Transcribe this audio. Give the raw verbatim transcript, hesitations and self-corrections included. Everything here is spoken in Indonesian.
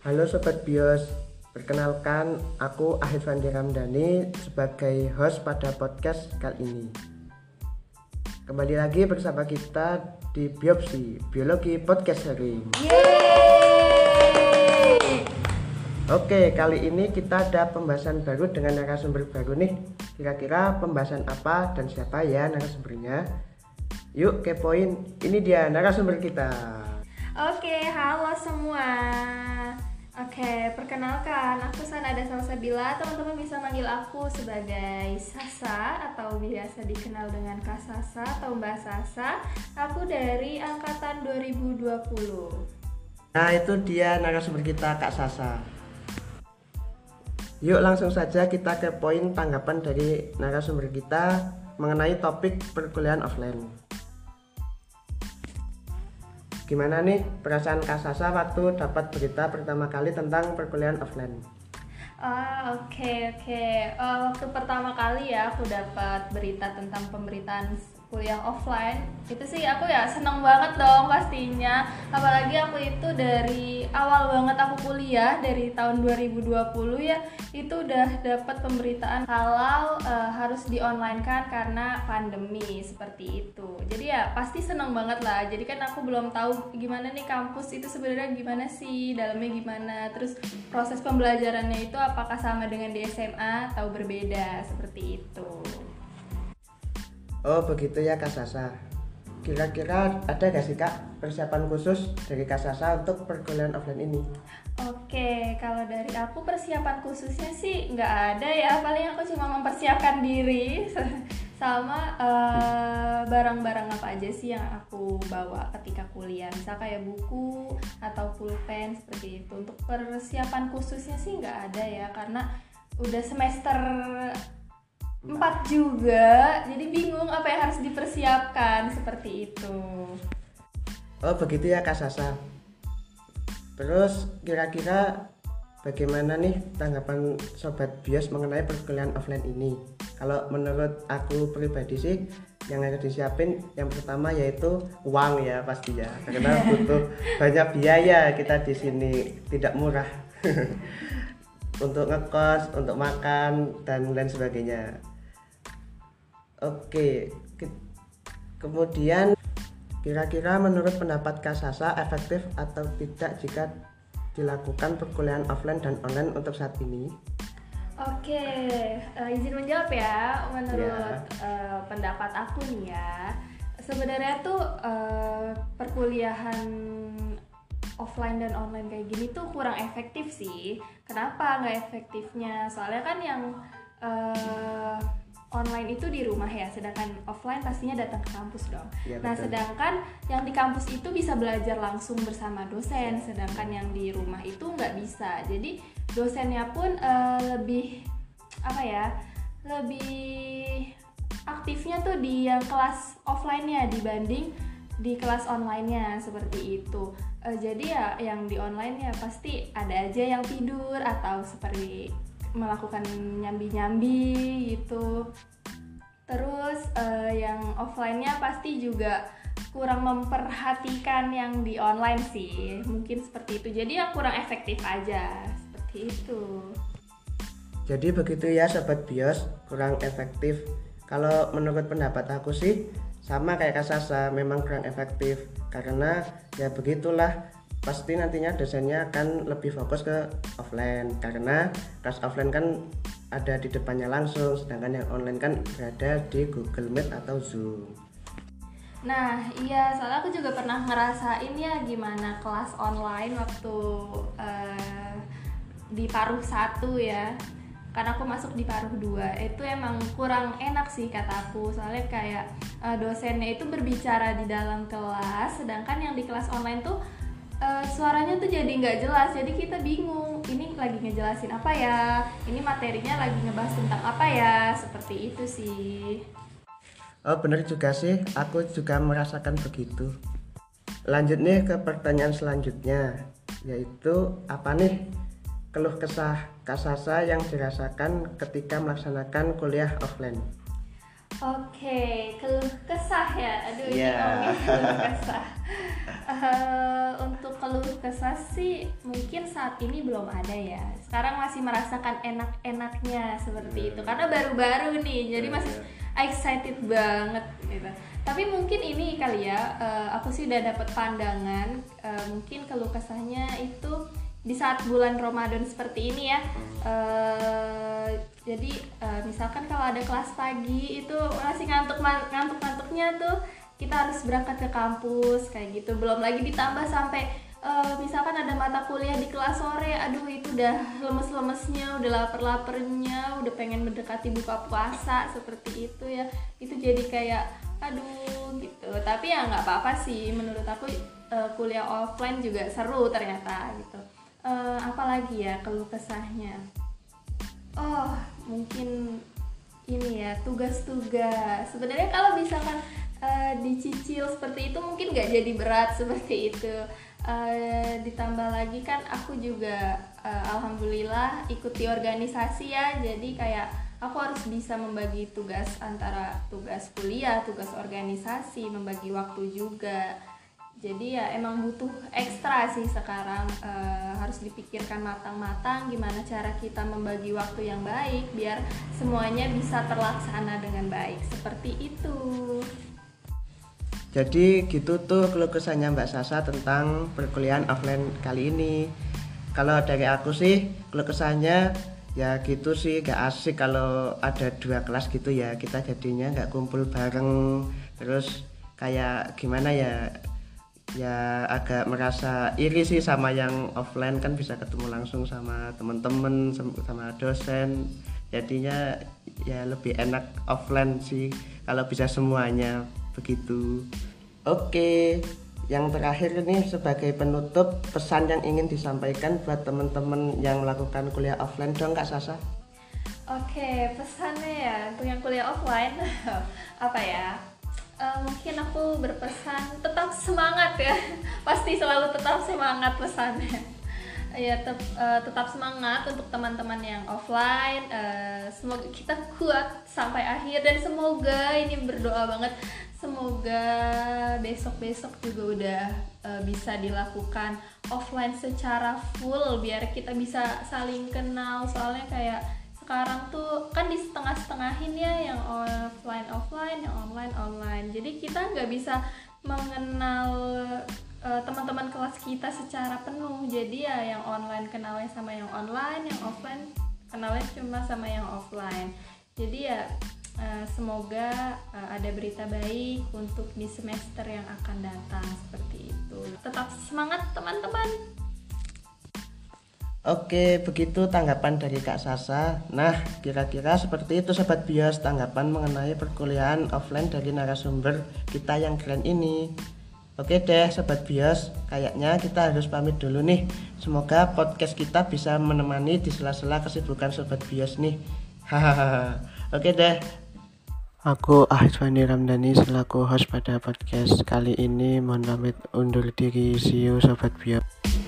Halo Sobat Bios, perkenalkan aku Ahid Fandi Ramdhani sebagai host pada podcast kali ini. Kembali lagi bersama kita di Biopsi, Biologi Podcast Sharing. Yeay! Oke, kali ini kita ada pembahasan baru dengan narasumber baru nih. Kira-kira pembahasan apa dan siapa ya narasumbernya? Yuk kepoin, ini dia narasumber kita. Oke, halo semua. Oke, perkenalkan, aku Sanada Salsabila. Teman-teman bisa manggil aku sebagai Sasa atau biasa dikenal dengan Kak Sasa atau Mbak Sasa. Aku dari angkatan dua ribu dua puluh. Nah, itu dia narasumber kita, Kak Sasa. Yuk langsung saja kita ke poin tanggapan dari narasumber kita mengenai topik perkuliahan offline. Gimana nih perasaan Kak Sasa waktu dapat berita pertama kali tentang perkuliahan offline? Ah, oke oke. Eh, waktu pertama kali ya aku dapat berita tentang pemberitaan kuliah offline, itu sih aku ya seneng banget dong pastinya. Apalagi aku itu dari awal banget aku kuliah dari tahun dua ribu dua puluh ya, itu udah dapat pemberitaan kalau eh, harus di online kan karena pandemi seperti itu. Jadi ya pasti seneng banget lah. Jadi kan aku belum tahu gimana nih kampus itu sebenarnya gimana sih, dalamnya gimana, terus proses pembelajarannya itu apakah sama dengan di S M A atau berbeda seperti itu. Oh begitu ya Kak Sasa. Kira-kira ada gak sih Kak persiapan khusus dari Kak Sasa untuk perkuliahan offline ini? Oke, kalau dari aku persiapan khususnya sih nggak ada ya. Paling aku cuma mempersiapkan diri sama uh, barang-barang apa aja sih yang aku bawa ketika kuliah. Misal kayak buku atau pulpen seperti itu. Untuk persiapan khususnya sih nggak ada ya, karena udah semester empat juga, jadi bingung apa yang harus dipersiapkan seperti itu. Oh begitu ya Kak Sasa. Terus kira-kira bagaimana nih tanggapan Sobat Bios mengenai perkuliahan offline ini? Kalau menurut aku pribadi sih yang harus disiapin yang pertama yaitu uang ya pasti ya, karena butuh banyak biaya kita di sini, tidak murah. Untuk ngekos, untuk makan dan lain sebagainya. Oke, ke- kemudian kira-kira menurut pendapat Kak Sasa efektif atau tidak jika dilakukan perkuliahan offline dan online untuk saat ini? Oke, uh, izin menjawab ya. Menurut Ya. uh, pendapat aku nih ya, sebenarnya tuh uh, perkuliahan offline dan online kayak gini tuh kurang efektif sih. Kenapa nggak efektifnya? Soalnya kan yang uh, online itu di rumah ya, sedangkan offline pastinya datang ke kampus dong. Ya, nah, betul. sedangkan yang di kampus itu bisa belajar langsung bersama dosen, sedangkan yang di rumah itu nggak bisa. Jadi dosennya pun uh, lebih apa ya, lebih aktifnya tuh di yang kelas offline-nya dibanding di kelas online-nya seperti itu. Uh, jadi ya yang di online ya pasti ada aja yang tidur atau seperti melakukan nyambi-nyambi gitu. Terus uh, yang offline-nya pasti juga kurang memperhatikan yang di online sih, mungkin seperti itu. Jadi ya kurang efektif aja, seperti itu. Jadi begitu ya Sobat Bios, kurang efektif. Kalau menurut pendapat aku sih sama kayak Kak Sasa, memang kurang efektif karena ya begitulah, pasti nantinya dosennya akan lebih fokus ke offline karena kelas offline kan ada di depannya langsung, sedangkan yang online kan berada di Google Meet atau Zoom. Nah iya, soalnya aku juga pernah ngerasain ya gimana kelas online waktu uh, di paruh satu ya, karena aku masuk di paruh dua. Itu emang kurang enak sih kata aku, soalnya kayak uh, dosennya itu berbicara di dalam kelas, sedangkan yang di kelas online tuh Uh, suaranya tuh jadi nggak jelas, jadi kita bingung ini lagi ngejelasin apa ya, ini materinya lagi ngebahas tentang apa ya, seperti itu sih. Oh bener juga sih, aku juga merasakan begitu. Lanjut nih ke pertanyaan selanjutnya, yaitu apa nih keluh kesah Kak Sasa yang dirasakan ketika melaksanakan kuliah offline? Oke, keluh kesah ya. Aduh, ini Yeah. ngomongin keluh kesah. Uh, untuk keluh kesah sih mungkin saat ini belum ada ya. Sekarang masih merasakan enak-enaknya seperti itu karena baru-baru nih, jadi masih excited banget gitu. Tapi mungkin ini kali ya, uh, aku sih udah dapet pandangan, uh, mungkin keluh kesahnya itu di saat bulan Ramadan seperti ini ya. Uh, jadi uh, misalkan kalau ada kelas pagi itu masih ngantuk ngantuk-ngantuknya tuh, kita harus berangkat ke kampus kayak gitu. Belum lagi ditambah sampai Uh, misalkan ada mata kuliah di kelas sore, aduh itu udah lemes-lemesnya, udah lapar-laparnya, udah pengen mendekati buka puasa seperti itu ya. Itu jadi kayak aduh gitu. Tapi ya nggak apa-apa sih, menurut aku uh, kuliah offline juga seru ternyata gitu. Uh, apalagi ya keluh kesahnya. Oh mungkin ini ya, tugas-tugas. Sebenarnya kalau misalkan uh, dicicil seperti itu mungkin nggak jadi berat seperti itu. Uh, ditambah lagi kan aku juga uh, alhamdulillah ikuti organisasi ya, jadi kayak aku harus bisa membagi tugas antara tugas kuliah, tugas organisasi, membagi waktu juga. Jadi ya emang butuh ekstra sih sekarang, uh, harus dipikirkan matang-matang gimana cara kita membagi waktu yang baik biar semuanya bisa terlaksana dengan baik, seperti itu. Jadi gitu tuh keluh kesahnya Mbak Sasa tentang perkuliahan offline kali ini. Kalau dari aku sih keluh kesahnya ya gitu sih, gak asik kalau ada dua kelas gitu ya, kita jadinya gak kumpul bareng. Terus kayak gimana ya, ya agak merasa iri sih sama yang offline, kan bisa ketemu langsung sama temen-temen, sama dosen. Jadinya ya lebih enak offline sih kalau bisa semuanya begitu. Oke, yang terakhir ini sebagai penutup, pesan yang ingin disampaikan buat teman-teman yang melakukan kuliah offline dong Kak Sasa. Oke, pesannya ya untuk yang kuliah offline apa ya? Uh, mungkin aku berpesan tetap semangat ya. Pasti selalu tetap semangat pesannya. Ya tetap, uh, tetap semangat untuk teman-teman yang offline. Uh, semoga kita kuat sampai akhir dan semoga ini berdoa banget. Semoga besok-besok juga udah uh, bisa dilakukan offline secara full biar kita bisa saling kenal. Soalnya kayak sekarang tuh kan di setengah-setengahin ya, yang offline offline, yang online online. Jadi kita nggak bisa mengenal uh, teman-teman kelas kita secara penuh. Jadi ya yang online kenalnya sama yang online, yang offline kenalnya cuma sama yang offline. Jadi ya uh, semoga uh, ada berita baik untuk di semester yang akan datang seperti itu. Tetap semangat teman-teman. Oke, begitu tanggapan dari Kak Sasa. Nah, kira-kira seperti itu Sobat Bios, tanggapan mengenai perkuliahan offline dari narasumber kita yang keren ini. Oke deh Sobat Bios, kayaknya kita harus pamit dulu nih. Semoga podcast kita bisa menemani di sela-sela kesibukan Sobat Bios nih. Hahaha. Oke deh. Aku Ahizwani Ramdhani selaku host pada podcast kali ini. Mohon pamit undur diri. See you Sobat Bios.